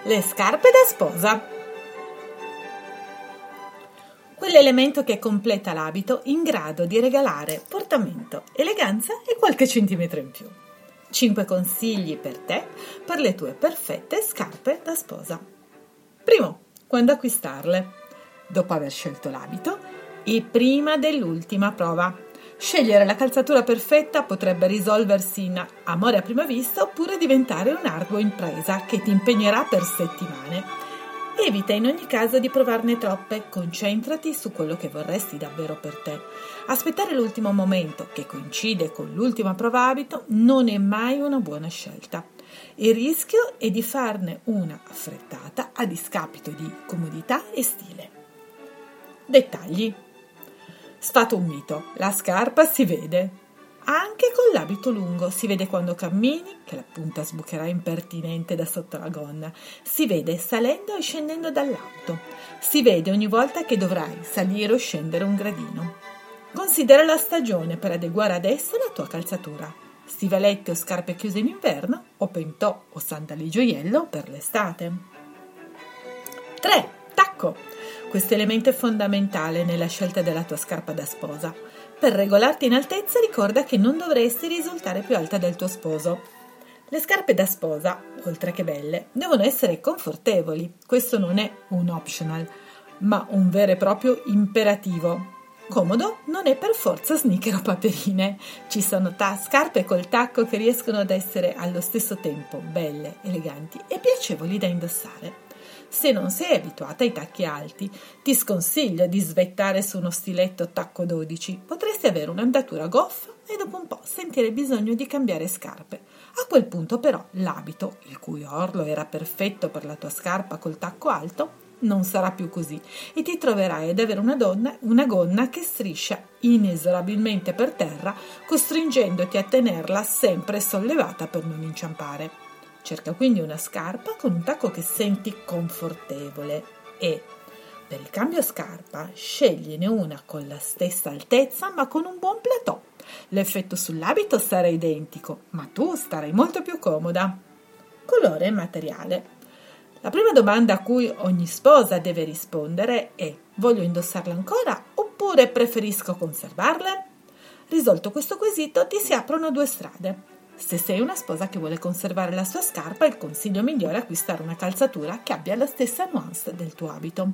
Le scarpe da sposa. Quell'elemento che completa l'abito in grado di regalare portamento, eleganza e qualche centimetro in più. 5 consigli per te per le tue perfette scarpe da sposa. Primo, quando acquistarle. Dopo aver scelto l'abito e prima dell'ultima prova. Scegliere la calzatura perfetta potrebbe risolversi in amore a prima vista oppure diventare un'ardua impresa che ti impegnerà per settimane. Evita in ogni caso di provarne troppe, concentrati su quello che vorresti davvero per te. Aspettare l'ultimo momento, che coincide con l'ultima prova abito, non è mai una buona scelta. Il rischio è di farne una affrettata a discapito di comodità e stile. Dettagli. Sfato un mito, la scarpa si vede. Anche con l'abito lungo, si vede quando cammini, che la punta sbucherà impertinente da sotto la gonna, si vede salendo e scendendo dall'auto, si vede ogni volta che dovrai salire o scendere un gradino. Considera la stagione per adeguare ad essa la tua calzatura, stivalette o scarpe chiuse in inverno, o pentò o sandali gioiello per l'estate. 3. Tacco. Questo elemento è fondamentale nella scelta della tua scarpa da sposa. Per regolarti in altezza ricorda che non dovresti risultare più alta del tuo sposo. Le scarpe da sposa, oltre che belle, devono essere confortevoli. Questo non è un optional, ma un vero e proprio imperativo. Comodo non è per forza sneaker o paperine. Ci sono scarpe col tacco che riescono ad essere allo stesso tempo belle, eleganti e piacevoli da indossare. Se non sei abituata ai tacchi alti, ti sconsiglio di svettare su uno stiletto tacco 12. Potresti avere un'andatura goffa e dopo un po' sentire bisogno di cambiare scarpe. A quel punto però l'abito, il cui orlo era perfetto per la tua scarpa col tacco alto, non sarà più così e ti troverai ad avere una gonna che striscia inesorabilmente per terra, costringendoti a tenerla sempre sollevata per non inciampare. Cerca quindi una scarpa con un tacco che senti confortevole e, per il cambio scarpa, scegliene una con la stessa altezza ma con un buon plateau. L'effetto sull'abito sarà identico, ma tu starai molto più comoda. Colore e materiale. La prima domanda a cui ogni sposa deve rispondere è: voglio indossarla ancora oppure preferisco conservarle? Risolto questo quesito, ti si aprono 2 strade. Se sei una sposa che vuole conservare la sua scarpa, il consiglio migliore è acquistare una calzatura che abbia la stessa nuance del tuo abito.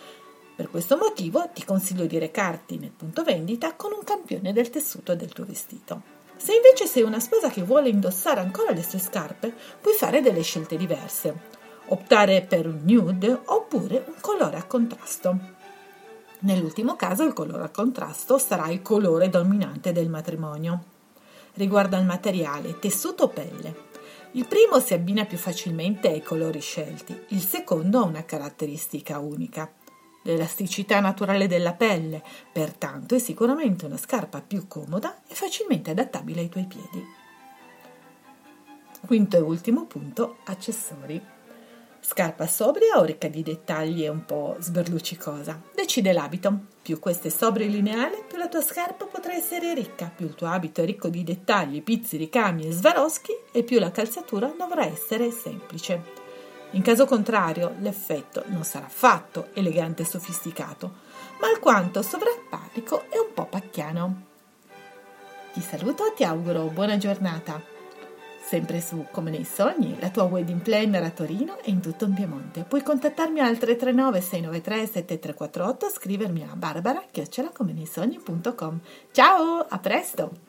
Per questo motivo ti consiglio di recarti nel punto vendita con un campione del tessuto del tuo vestito. Se invece sei una sposa che vuole indossare ancora le sue scarpe, puoi fare delle scelte diverse. Optare per un nude oppure un colore a contrasto. Nell'ultimo caso il colore a contrasto sarà il colore dominante del matrimonio. Riguardo al materiale, tessuto o pelle. Il primo si abbina più facilmente ai colori scelti, il secondo ha una caratteristica unica. L'elasticità naturale della pelle, pertanto, è sicuramente una scarpa più comoda e facilmente adattabile ai tuoi piedi. Quinto e ultimo punto, accessori. Scarpa sobria o ricca di dettagli e un po' sberluccicosa? Decide l'abito. Più questo è sobrio e lineare, più la tua scarpa potrà essere ricca. Più il tuo abito è ricco di dettagli, pizzi, ricami e svaroschi, e più la calzatura dovrà essere semplice. In caso contrario, l'effetto non sarà affatto elegante e sofisticato, ma alquanto sovrapparico e un po' pacchiano. Ti saluto e ti auguro buona giornata. Sempre su Come nei sogni, la tua wedding planner a Torino e in tutto il Piemonte. Puoi contattarmi al 339 693 7348 o scrivermi a barbara@comeneisogni.com. Ciao, a presto!